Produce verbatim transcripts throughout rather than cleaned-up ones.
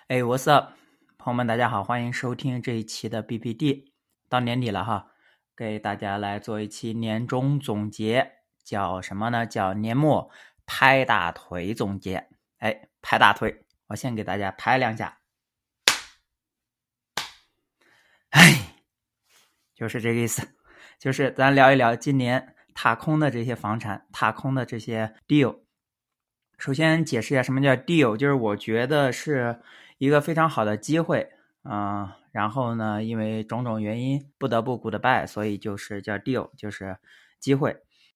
哎 ，What's up，朋友们，大家好，欢迎收听这一期的 B P D。到年底了哈，给大家来做一期年终总结，叫什么呢？叫年末拍大腿总结。哎，拍大腿，我先给大家拍两下。哎，就是这个意思，就是咱聊一聊今年踏空的这些房产，踏空的这些 deal。首先解释一下什么叫 deal， 就是我觉得是一个非常好的机会啊、呃，然后呢，因为种种原因不得不 goodbye， 所以就是叫 deal， 就是机会。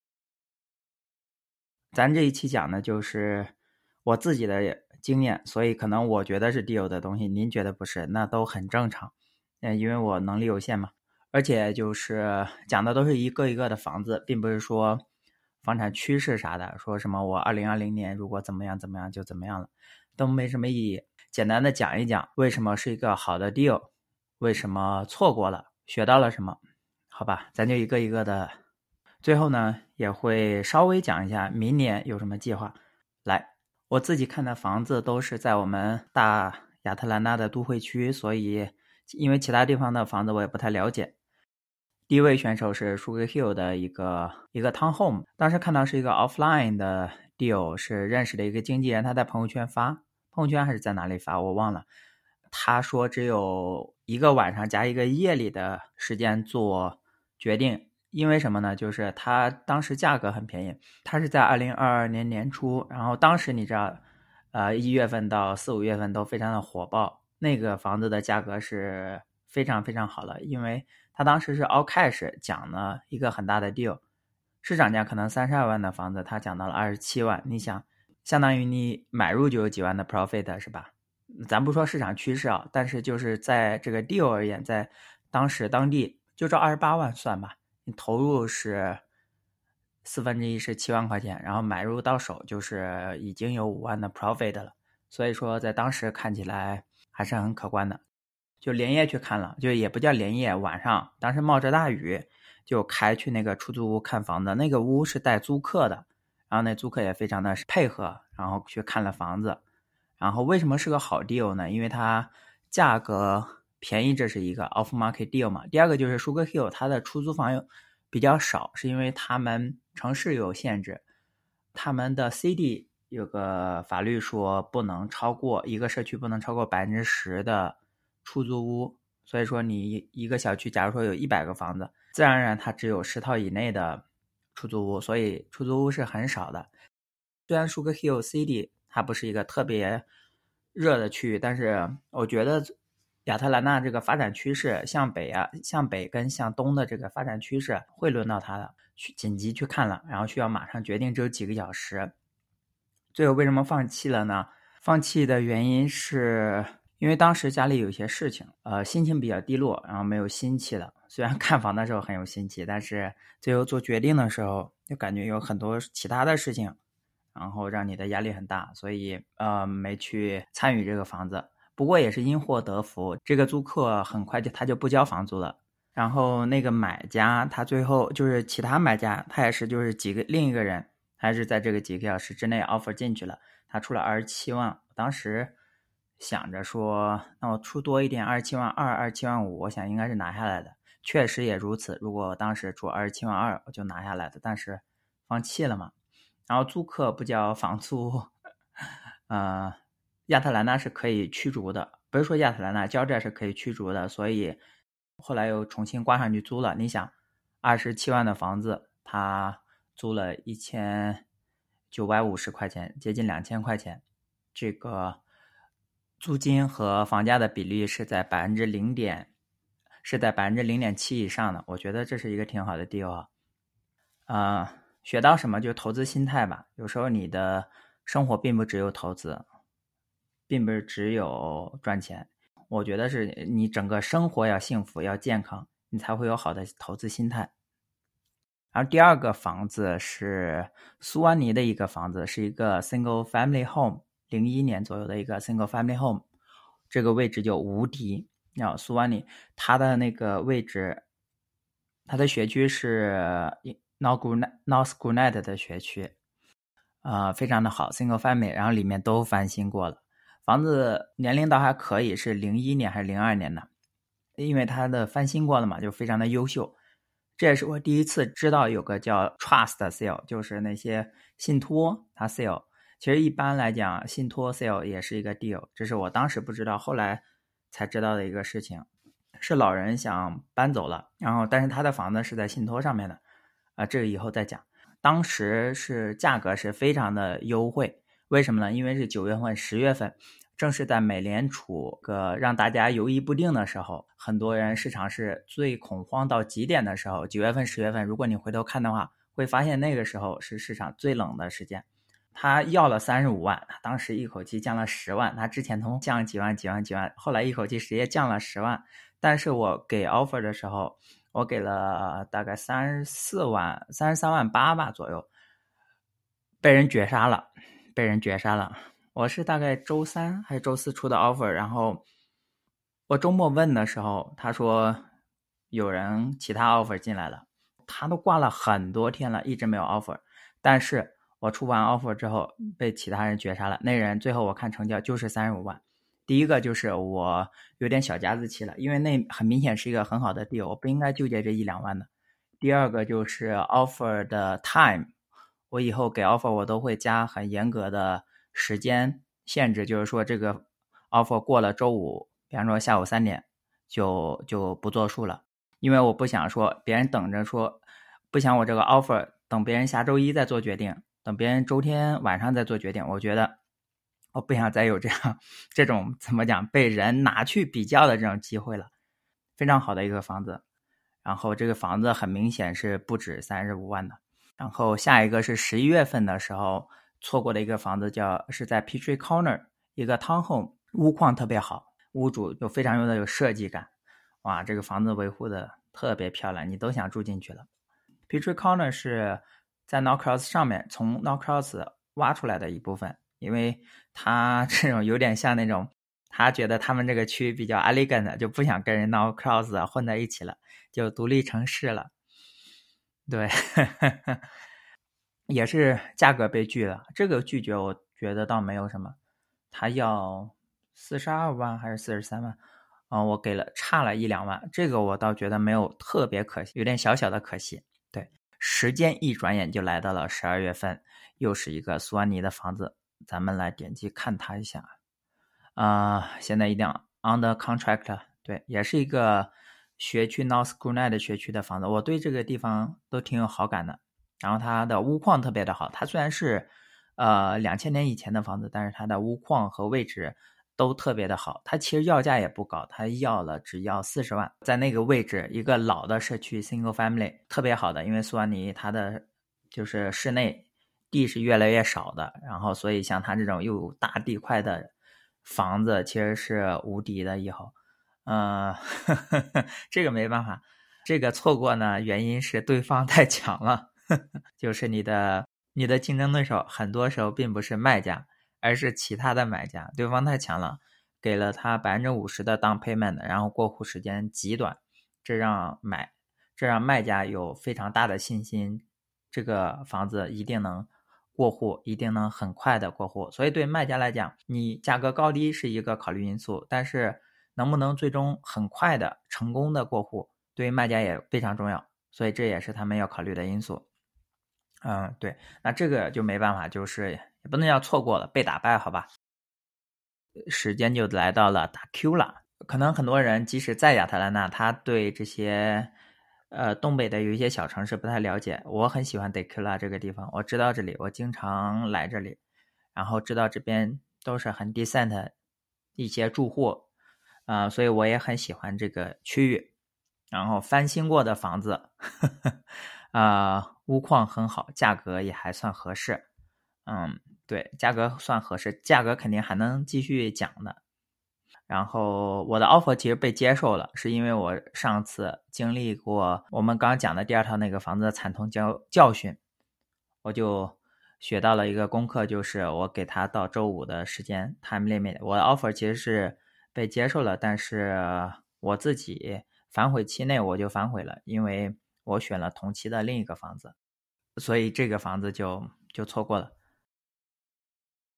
咱这一期讲的就是我自己的经验，所以可能我觉得是 deal 的东西，您觉得不是，那都很正常。嗯，因为我能力有限嘛，而且就是讲的都是一个一个的房子，并不是说房产趋势啥的，说什么我二零二零年如果怎么样怎么样就怎么样了，都没什么意义。简单的讲一讲为什么是一个好的 deal， 为什么错过了，学到了什么，好吧，咱就一个一个的。最后呢，也会稍微讲一下明年有什么计划。来，我自己看的房子都是在我们大亚特兰大的都会区，所以因为其他地方的房子我也不太了解。第一位选手是 Sugar Hill 的一个一个 townhome， 当时看到是一个 offline 的 deal， 是认识的一个经纪人，他在朋友圈发，朋友圈还是在哪里发我忘了。他说只有一个晚上加一个夜里的时间做决定，因为什么呢？就是他当时价格很便宜，他是在二零二二年年初，然后当时你知道，呃，一月份到四五月份都非常的火爆，那个房子的价格是非常非常好的，因为他当时是 all cash 讲了一个很大的 deal， 市场价可能三十二万的房子，他讲到了二十七万，你想，相当于你买入就有几万的 profit 是吧？咱不说市场趋势啊，但是就是在这个 deal 而言，在当时当地就照二十八万算吧，你投入是四分之一是七万块钱，然后买入到手就是已经有五万的 profit 了，所以说在当时看起来还是很可观的。就连夜去看了，就也不叫连夜，晚上当时冒着大雨就开去那个出租屋看房子，那个屋是带租客的，然后那租客也非常的配合，然后去看了房子。然后为什么是个好 deal 呢？因为它价格便宜，这是一个 off market deal 嘛。第二个就是 Sugar Hill 它的出租房比较少，是因为他们城市有限制，他们的 C D 有个法律说不能超过一个社区不能超过百分之十的出租屋，所以说你一个小区假如说有一百个房子，自然而然它只有十套以内的出租屋，所以出租屋是很少的。虽然 Sugar Hill City 它不是一个特别热的区域，但是我觉得亚特兰大这个发展趋势向北啊，向北跟向东的这个发展趋势会轮到它的，去紧急去看了，然后需要马上决定，只有几个小时。最后为什么放弃了呢？放弃的原因是因为当时家里有一些事情，呃，心情比较低落，然后没有心气了。虽然看房的时候很有心气，但是最后做决定的时候，就感觉有很多其他的事情，然后让你的压力很大，所以呃没去参与这个房子。不过也是因祸得福，这个租客很快就他就不交房租了。然后那个买家他最后就是其他买家，他也是就是几个另一个人，还是在这个几个小时之内 offer 进去了，他出了二十七万。当时想着说，那我出多一点，二十七万二、二十七万五，我想应该是拿下来的。确实也如此，如果我当时出二十七万二，我就拿下来的，但是放弃了嘛。然后租客不交房租，呃，亚特兰大是可以驱逐的，不是说亚特兰大交债是可以驱逐的，所以后来又重新挂上去租了。你想，二十七万的房子，他租了一千九百五十块钱，接近两千块钱，这个租金和房价的比例是在百分之零点，是在百分之零点七以上的。我觉得这是一个挺好的 deal 啊。呃，学到什么就投资心态吧。有时候你的生活并不只有投资，并不是只有赚钱。我觉得是你整个生活要幸福，要健康，你才会有好的投资心态。然后第二个房子是苏安尼的一个房子，是一个 single family home， 零一年左右的一个 single family home， 这个位置就无敌。然后苏安尼它的那个位置，它的学区是 North Gwinnett 的学区，呃，非常的好 single family， 然后里面都翻新过了， 房子年龄倒还可以，是零一年还是零二年的，因为它的翻新过了嘛，就非常的优秀。这也是我第一次知道有个叫 trust sale， 就是那些信托它 sale。其实一般来讲，信托 sale 也是一个 deal， 这是我当时不知道，后来才知道的一个事情。是老人想搬走了，然后但是他的房子是在信托上面的，啊、呃，这个以后再讲。当时是价格是非常的优惠，为什么呢？因为是九月份、十月份，正是在美联储个让大家犹豫不定的时候，很多人市场是最恐慌到极点的时候。九月份、十月份，如果你回头看的话，会发现那个时候是市场最冷的时间。他要了三十五万，他当时一口气降了十万，他之前从降几万、几万、几万，后来一口气直接降了十万。但是我给 offer 的时候，我给了大概三十四万、三十三万八吧左右，被人绝杀了，被人绝杀了。我是大概周三还是周四出的 offer， 然后我周末问的时候，他说有人其他 offer 进来了，他都挂了很多天了，一直没有 offer， 但是我出完 offer 之后被其他人绝杀了，那人最后我看成交就是三十五万。第一个就是我有点小家子气了，因为那很明显是一个很好的 deal， 我不应该纠结这一两万的。第二个就是 offer 的 time， 我以后给 offer 我都会加很严格的时间限制，就是说这个 offer 过了周五，比方说下午三点就就不作数了，因为我不想说别人等着说，不想我这个 offer 等别人下周一再做决定，等别人周天晚上再做决定，我觉得我不想再有这样这种怎么讲被人拿去比较的这种机会了。非常好的一个房子，然后这个房子很明显是不止三十五万的。然后下一个是十一月份的时候错过的一个房子，叫是在 Peachtree Corner 一个 townhome， 屋况特别好，屋主就非常的有设计感，哇，这个房子维护的特别漂亮，你都想住进去了。Peachtree Corner 是在 Norcross 上面，从 Norcross 挖出来的一部分，因为他这种有点像那种他觉得他们这个区比较 elegant， 就不想跟人 Norcross 混在一起了，就独立城市了。对也是价格被拒了，这个拒绝我觉得倒没有什么，他要四十二万还是四十三万，嗯，我给了差了一两万，这个我倒觉得没有特别可惜，有点小小的可惜。对，时间一转眼就来到了十二月份，又是一个苏安妮的房子，咱们来点击看它一下。啊、呃，现在一定 under contract， 对，也是一个学区 North Gwinnett 学区的房子，我对这个地方都挺有好感的。然后它的屋况特别的好，它虽然是呃两千年以前的房子，但是它的屋况和位置都特别的好。它其实要价也不高，它要了只要四十万，在那个位置，一个老的社区 single family 特别好的，因为苏安妮它的就是室内地是越来越少的，然后所以像它这种又有大地块的房子其实是无敌的以后。呃呵呵呵这个没办法，这个错过呢原因是对方太强了，就是你的你的竞争对手很多时候并不是卖家，而是其他的买家，对方太强了，给了他 百分之五十 的 down payment， 然后过户时间极短，这让买这让卖家有非常大的信心，这个房子一定能过户，一定能很快的过户。所以对卖家来讲，你价格高低是一个考虑因素，但是能不能最终很快的成功的过户，对于卖家也非常重要，所以这也是他们要考虑的因素。嗯，对，那这个就没办法，就是也不能叫错过了，被打败，好吧。时间就来到了打 Q 了，可能很多人即使在亚特兰大，他对这些呃东北的有一些小城市不太了解。我很喜欢 Decula 这个地方，我知道这里，我经常来这里，然后知道这边都是很 decent 一些住户，啊、呃，所以我也很喜欢这个区域。然后翻新过的房子，呵呵啊、呃，屋况很好，价格也还算合适。嗯，对，价格算合适，价格肯定还能继续讲的。然后我的 offer 其实被接受了，是因为我上次经历过我们刚讲的第二套那个房子的惨痛教教训，我就学到了一个功课，就是我给他到周五的时间 time limit， 我的 offer 其实是被接受了，但是我自己反悔期内我就反悔了，因为我选了同期的另一个房子，所以这个房子就就错过了。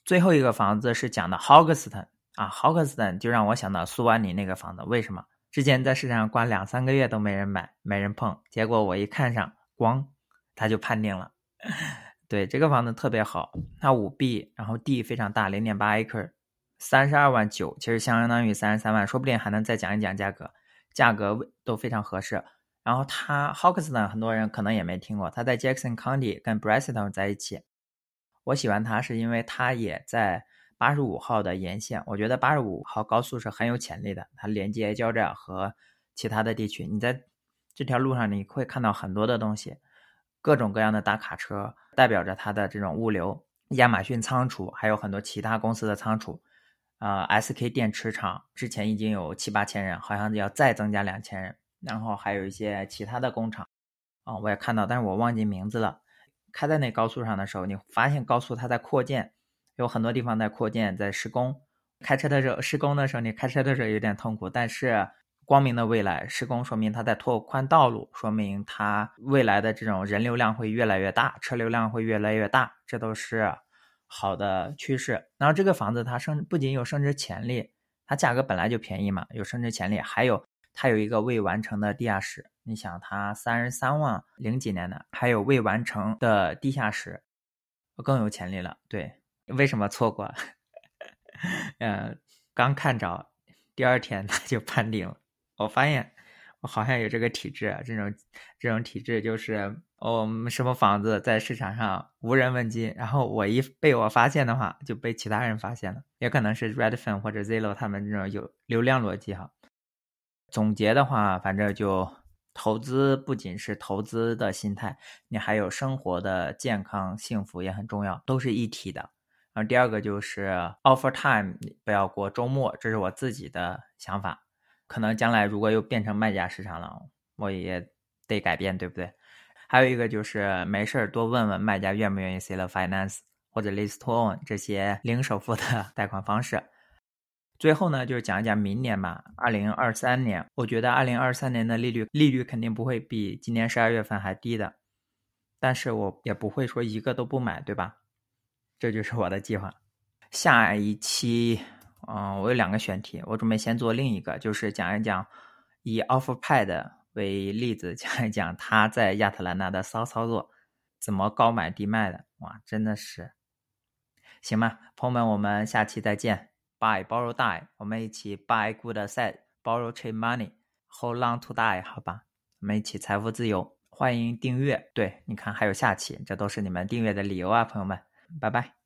最后一个房子是讲的 Hogston 啊 Hogston 就让我想到苏万里那个房子，为什么？之前在市场挂两三个月都没人买没人碰，结果我一看上光他就判定了。对，这个房子特别好，它五 B， 然后地非常大 零点八 acre， 三十二万九，其实相当于三十三万，说不定还能再讲一讲价格，价格都非常合适。然后它 Hogston 很多人可能也没听过，它在 Jackson County 跟 Braceyton 在一起。我喜欢它是因为它也在八十五号的沿线，我觉得八十五号高速是很有潜力的，它连接交战和其他的地区，你在这条路上你会看到很多的东西，各种各样的大卡车，代表着它的这种物流，亚马逊仓储，还有很多其他公司的仓储。呃 S K 电池厂之前已经有七八千人，好像要再增加两千人，然后还有一些其他的工厂啊、哦，我也看到，但是我忘记名字了。开在那高速上的时候，你发现高速它在扩建，有很多地方在扩建，在施工。开车的时候，施工的时候，你开车的时候有点痛苦，但是光明的未来，施工说明它在拓宽道路，说明它未来的这种人流量会越来越大，车流量会越来越大，这都是好的趋势。然后这个房子它升不仅有升值潜力，它价格本来就便宜嘛，有升值潜力，还有它有一个未完成的地下室。你想它三十三万零几年的，还有未完成的地下室，更有潜力了。对，为什么错过？呃，刚看着，第二天他就判定了。我发现我好像有这个体质啊，这种这种体质就是我们、哦、什么房子在市场上无人问津，然后我一被我发现的话，就被其他人发现了，也可能是 Redfin 或者 Zillow 他们这种有流量逻辑哈。总结的话，反正就投资不仅是投资的心态，你还有生活的健康幸福也很重要，都是一体的。然后第二个就是 offer time 不要过周末，这是我自己的想法。可能将来如果又变成卖家市场了，我也得改变，对不对？还有一个就是没事多问问卖家愿不愿意 seller finance 或者 lease to own 这些零首付的贷款方式。最后呢，就是讲一讲明年吧，二零二三年，我觉得二零二三年的利率利率肯定不会比今年十二月份还低的，但是我也不会说一个都不买，对吧？这就是我的计划。下一期，嗯、呃，我有两个选题，我准备先做另一个，就是讲一讲以 OfferPad 为例子，讲一讲他在亚特兰大的骚操作，怎么高买低卖的，哇，真的是，行吧，朋友们，我们下期再见。Buy, borrow, die， 我们一起 buy good asset, borrow cheap money, hold long to die， 好吧？我们一起财富自由。欢迎订阅，对，你看还有下期，这都是你们订阅的理由啊，朋友们，拜拜。